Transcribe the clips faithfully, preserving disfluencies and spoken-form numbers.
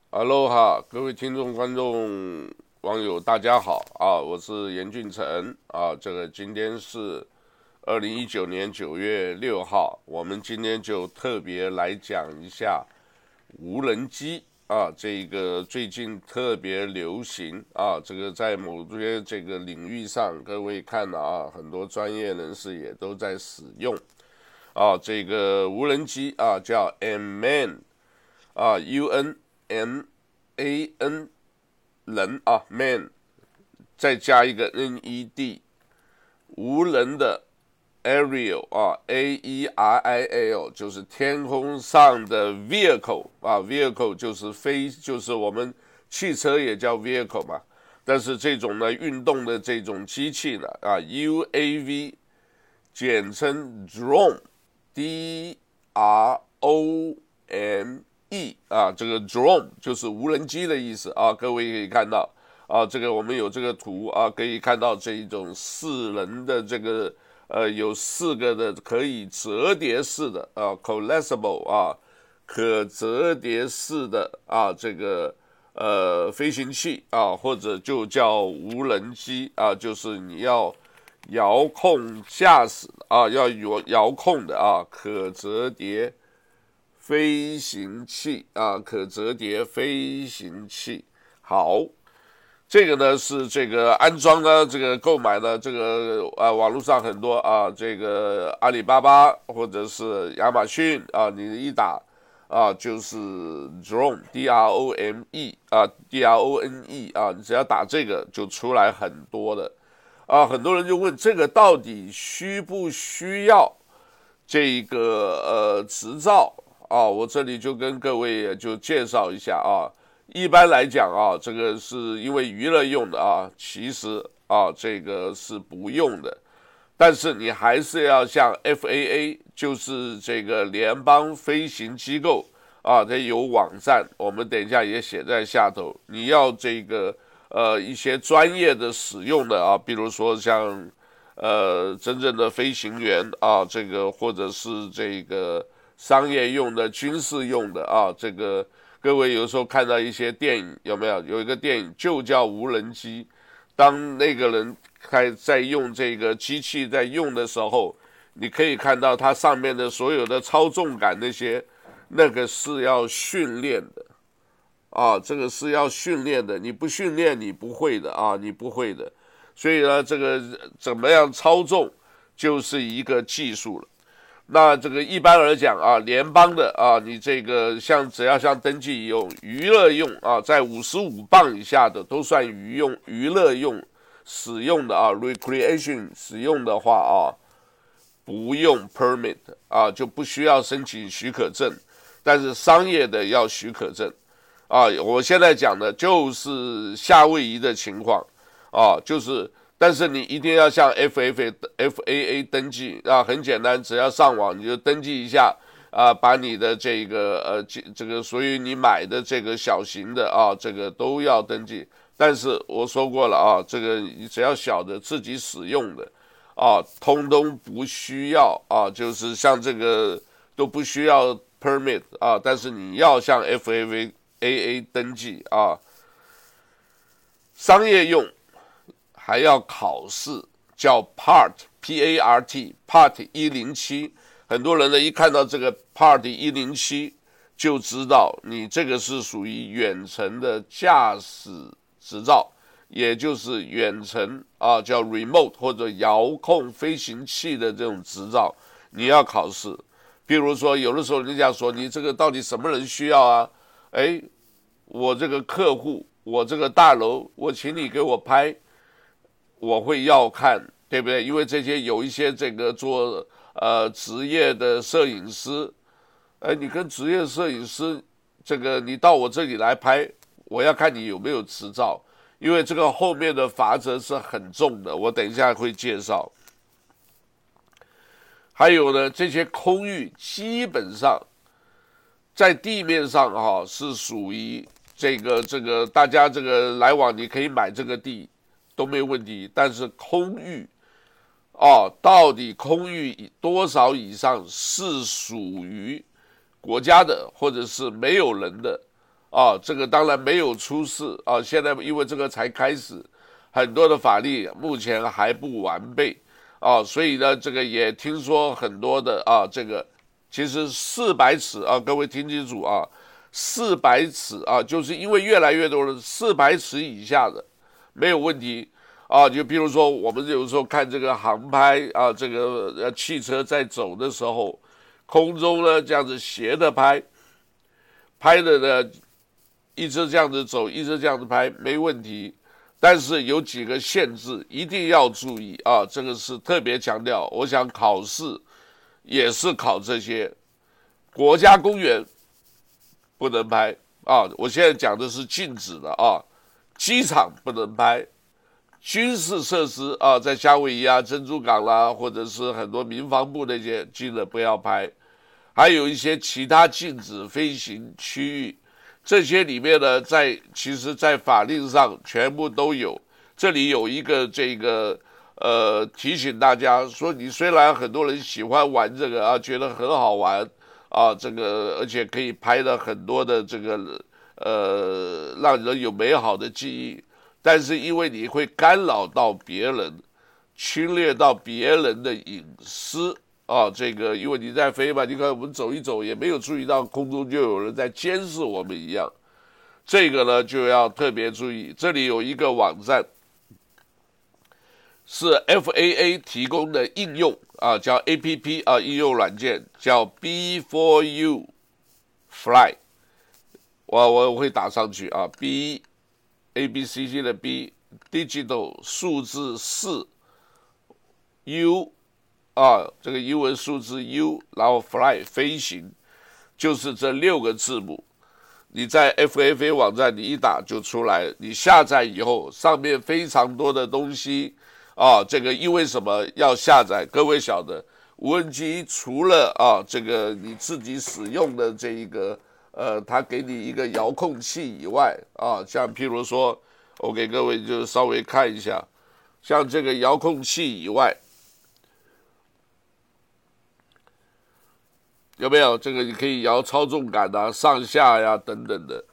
Hello 哈，各位听众、观众、网友，大家好啊！我是严俊成啊。这个今天是二零一九年九月六号，我们今天就特别来讲一下无人机啊，这个最近特别流行啊。这个在某些这个领域上，各位看了啊，很多专业人士也都在使用啊。这个无人机啊，叫 Unmanned 啊，U N M A N 人啊 man， 再加一个 N E D， 无人的 aerial 啊 A E R I A L 就是天空上的 vehicle 啊 vehicle 就是飞，就是我们汽车也叫 vehicle 嘛，但是这种呢运动的这种机器呢啊 U A V 简称 drone D R O M E 啊，这个 drone 就是无人机的意思啊，各位可以看到啊，这个我们有这个图啊，可以看到这一种四人的这个呃有四个的可以折叠式的啊 collapsible 啊可折叠式的啊这个呃飞行器啊，或者就叫无人机啊，就是你要遥控驾驶啊，要有遥控的啊可折叠飞行器啊，可折叠飞行器。好，这个呢是这个安装呢，这个购买呢，这个啊网络上很多啊，这个阿里巴巴或者是亚马逊啊，你一打啊就是 drone D R O M E 啊 D R O N E 啊，你只要打这个就出来很多的啊，很多人就问这个到底需不需要这个呃执照？啊，我这里就跟各位也就介绍一下啊。一般来讲啊，这个是因为娱乐用的啊，其实啊这个是不用的，但是你还是要向 F A A， 就是这个联邦飞行机构啊，它有网站，我们等一下也写在下头。你要这个呃一些专业的使用的啊，比如说像呃真正的飞行员啊，这个或者是这个商业用的、军事用的啊，这个各位有时候看到一些电影，有没有？有一个电影就叫无人机，当那个人开在用这个机器在用的时候，你可以看到它上面的所有的操纵杆那些，那个是要训练的啊，这个是要训练的，你不训练你不会的啊，你不会的。所以呢，这个怎么样操纵就是一个技术了。那这个一般而讲啊，联邦的啊，你这个像只要像登记用娱乐用啊，在五十五磅以下的都算娱用娱乐用使用的啊 ，recreation 使用的话啊，不用 permit 啊，就不需要申请许可证，但是商业的要许可证啊。我现在讲的就是夏威夷的情况啊，就是。但是你一定要向 F A A 登记啊，很简单，只要上网你就登记一下啊，把你的这个呃这个属于你买的这个小型的啊，这个都要登记。但是我说过了啊，这个你只要小的自己使用的啊，通通不需要啊，就是像这个都不需要 permit 啊，但是你要向 F A A 登记啊，商业用。还要考试，叫 Part P A R T Part 一零七，很多人呢一看到这个 Part 一零七就知道你这个是属于远程的驾驶执照，也就是远程啊叫 Remote 或者遥控飞行器的这种执照，你要考试。比如说有的时候人家说你这个到底什么人需要啊？哎，我这个客户，我这个大楼，我请你给我拍。我会要看，对不对？因为这些有一些这个做呃职业的摄影师，哎，你跟职业摄影师，这个你到我这里来拍，我要看你有没有执照，因为这个后面的罚则是很重的，我等一下会介绍。还有呢，这些空域基本上在地面上哈、啊、是属于这个这个大家这个来往，你可以买这个地。都没问题，但是空域哦，到底空域多少以上是属于国家的，或者是没有人的啊，这个当然没有出事啊。现在因为这个才开始，很多的法律目前还不完备啊，所以呢，这个也听说很多的啊，这个其实四百尺啊，各位听清楚啊，四百尺啊，就是因为越来越多的四百尺以下的没有问题啊。就比如说我们有时候看这个航拍啊，这个呃汽车在走的时候，空中呢这样子斜的拍，拍的呢。一直这样子走，一直这样子拍，没问题。但是有几个限制，一定要注意啊！这个是特别强调。我想考试也是考这些，国家公园不能拍啊！我现在讲的是禁止的啊，机场不能拍，军事设施啊，在夏威夷啊、珍珠港啦，或者是很多民防部那些，记得不要拍。还有一些其他禁止飞行区域。这些里面呢，在其实，在法令上全部都有。这里有一个这个呃提醒大家说，你虽然很多人喜欢玩这个啊，觉得很好玩啊，这个而且可以拍了很多的这个呃让人有美好的记忆，但是因为你会干扰到别人，侵略到别人的隐私。啊，这个因为你在飞嘛，你看我们走一走，也没有注意到空中就有人在监视我们一样。这个呢就要特别注意。这里有一个网站，是 F A A 提供的应用啊，叫 A P P 啊，应用软件叫 B four U Fly。我我会打上去啊 ，B A B C C 的 B Digital 数字四 U。啊，这个英文数字 U， 然后 fly 飞行，就是这六个字母。你在 F A A 网站你一打就出来，你下载以后，上面非常多的东西啊。这个因为什么要下载？各位晓得，无人机除了啊这个你自己使用的这一个呃，它给你一个遥控器以外啊，像譬如说，我给各位就稍微看一下，像这个遥控器以外。有没有这个？你可以摇操纵杆啊、上下呀等等的。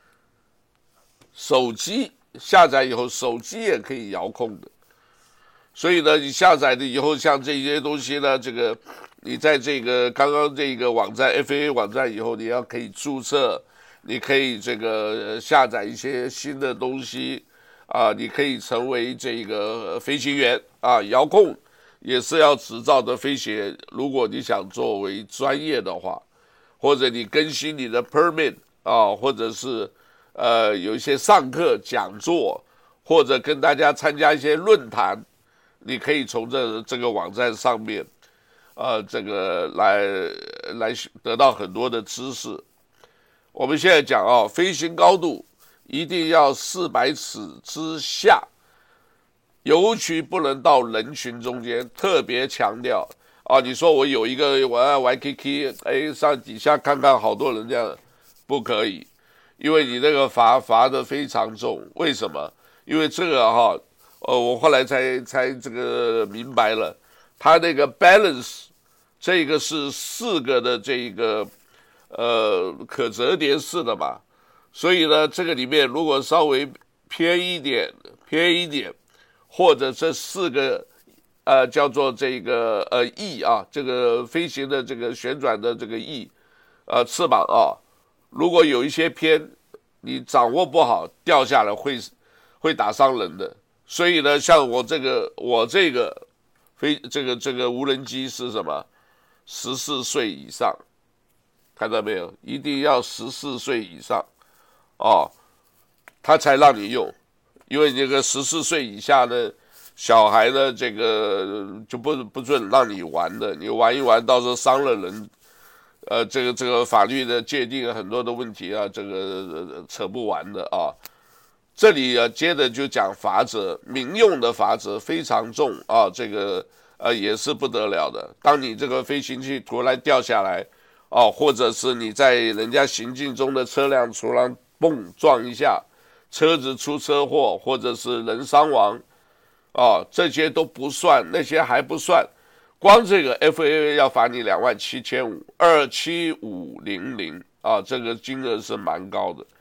手机下载以后，手机也可以遥控的。所以呢，你下载的以后，像这些东西呢，这个你在这个刚刚这个网站 F A A 网站以后，你要可以注册，你可以这个下载一些新的东西啊，你可以成为这个飞行员啊，遥控。也是要执照的飞行员，如果你想作为专业的话，或者你更新你的 permit 啊，或者是呃有一些上课讲座，或者跟大家参加一些论坛，你可以从这这个网站上面，呃，这个来来得到很多的知识。我们现在讲啊，飞行高度一定要四百尺之下。尤其不能到人群中间，特别强调啊！你说我有一个我要玩 K K， 哎，上底下看看好多人这样，不可以，因为你那个罚罚的非常重。为什么？因为这个哈，呃，我后来才才这个明白了，它那个 balance， 这个是四个的这个呃可折叠式的嘛，所以呢，这个里面如果稍微偏一点，偏一点。或者这四个，呃，叫做这个呃翼啊，这个飞行的这个旋转的这个翼，呃翅膀啊，如果有一些偏，你掌握不好，掉下来会会打伤人的。所以呢，像我这个我这个飞这个这个无人机是什么？十四岁以上，看到没有？一定要十四岁以上，哦，他才让你用。因为这个十四岁以下的小孩呢，这个就不不准让你玩的，你玩一玩，到时候伤了人，呃，这个这个法律的界定很多的问题啊，这个、呃、扯不完的啊。这里啊，接着就讲罚则，民用的罚则非常重啊，这个呃也是不得了的。当你这个飞行器突然掉下来，哦、啊，或者是你在人家行进中的车辆突然蹦撞一下。车子出车祸，或者是人伤亡，啊，这些都不算，那些还不算，光这个 F A A 要罚你两万七千五，二七五零零啊，这个金额是蛮高的。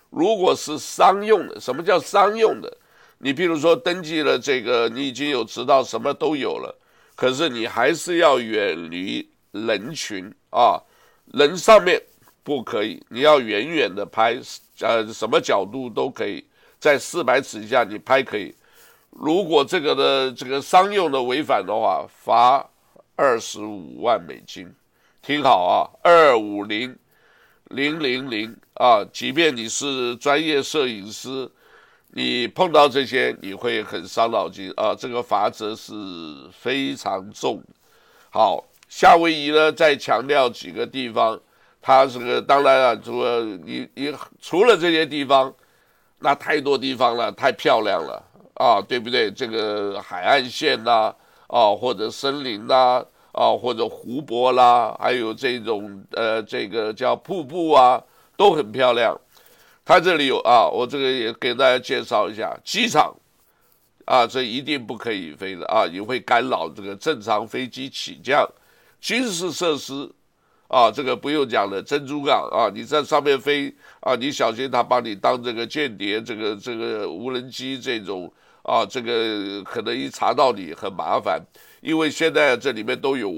如果是商用的，什么叫商用的？你比如说登记了这个，你已经有执照，什么都有了，可是你还是要远离人群啊，人上面不可以，你要远远的拍，呃，什么角度都可以，在四百尺以下你拍可以。如果这个的这个商用的违反的话，罚二十五万美金。听好啊，二五零零零零啊，即便你是专业摄影师。你碰到这些，你会很伤脑筋啊！这个罚则是非常重。好，夏威夷呢，再强调几个地方，它这个当然了，除了你你除了这些地方，那太多地方了，太漂亮了啊，对不对？这个海岸线啦，啊，或者森林啦，啊，或者湖泊啦，还有这种呃，这个叫瀑布啊，都很漂亮。它这里有啊，我这个也给大家介绍一下，机场啊，这一定不可以飞的啊，你会干扰这个正常飞机起降。军事设施啊，这个不用讲了，珍珠港啊，你在上面飞啊，你小心他把你当这个间谍，这个这个无人机这种啊，这个可能一查到你很麻烦，因为现在这里面都有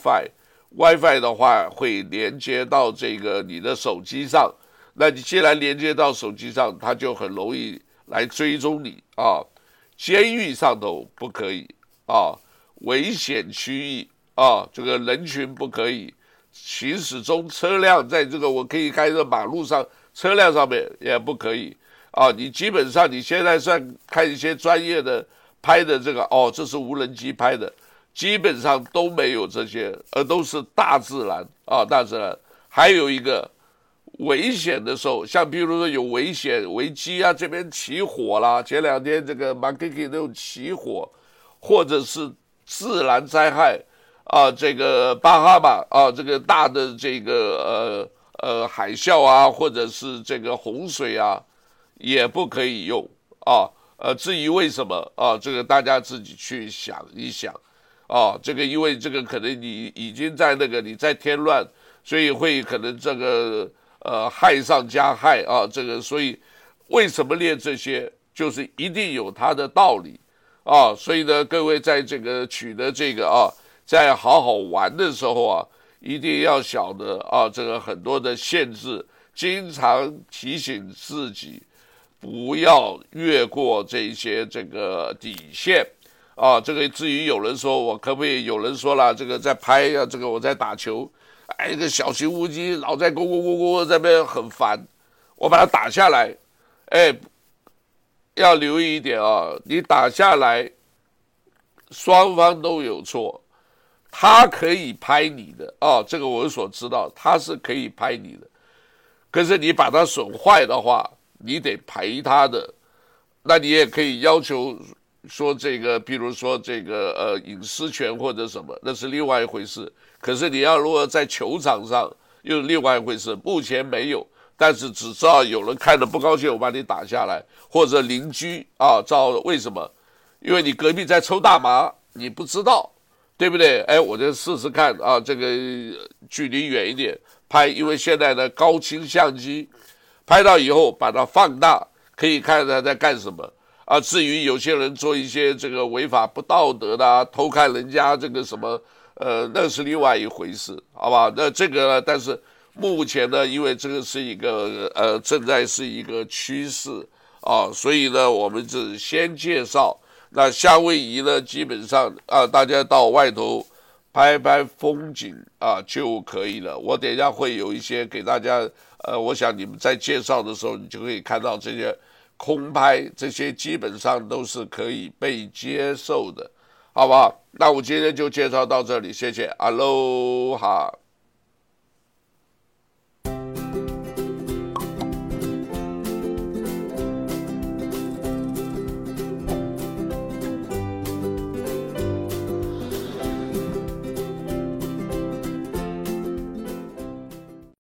WiFi，WiFi 的话会连接到这个你的手机上。那你既然连接到手机上，它就很容易来追踪你啊。监狱上头不可以啊，危险区域啊，这个人群不可以。行驶中车辆在这个我可以开在马路上，车辆上面也不可以啊。你基本上你现在算看一些专业的拍的这个哦，这是无人机拍的，基本上都没有这些，而都是大自然啊，大自然。还有一个。危险的时候，像比如说有危险危机啊，这边起火啦，前两天这个马基基都有起火，或者是自然灾害啊，这个巴哈马啊，这个大的这个呃呃海啸啊，或者是这个洪水啊，也不可以用啊。呃，至于为什么啊，这个大家自己去想一想啊。这个因为这个可能你已经在那个你在添乱，所以会可能这个。呃，害上加害啊，这个所以为什么练这些，就是一定有它的道理啊。所以呢，各位在这个取得这个啊，在好好玩的时候啊，一定要晓得啊，这个很多的限制，经常提醒自己不要越过这些这个底线啊。这个至于有人说我可不可以，有人说了，这个在拍啊，这个我在打球。哎，一个小型无机老在咕咕咕咕这边很烦，我把它打下来。哎，要留意一点啊，你打下来，双方都有错。他可以拍你的啊，这个我所知道，他是可以拍你的。可是你把它损坏的话，你得赔他的。那你也可以要求说这个，比如说这个呃隐私权或者什么，那是另外一回事。可是你要如果在球场上又是另外一回事，目前没有，但是只知道有人看着不高兴，我把你打下来，或者邻居啊，照为什么？因为你隔壁在抽大麻，你不知道，对不对？哎，我就试试看啊，这个距离远一点拍，因为现在的高清相机拍到以后把它放大，可以看他在干什么啊。至于有些人做一些这个违法不道德的、啊，偷看人家这个什么。呃，那是另外一回事，好吧？那这个呢？但是目前呢，因为这个是一个呃，正在是一个趋势啊，所以呢，我们只先介绍。那夏威夷呢，基本上啊，大家到外头拍拍风景啊就可以了。我等一下会有一些给大家，呃，我想你们在介绍的时候，你就可以看到这些空拍，这些基本上都是可以被接受的。好不好？那我今天就介绍到这里，谢谢，阿喽哈。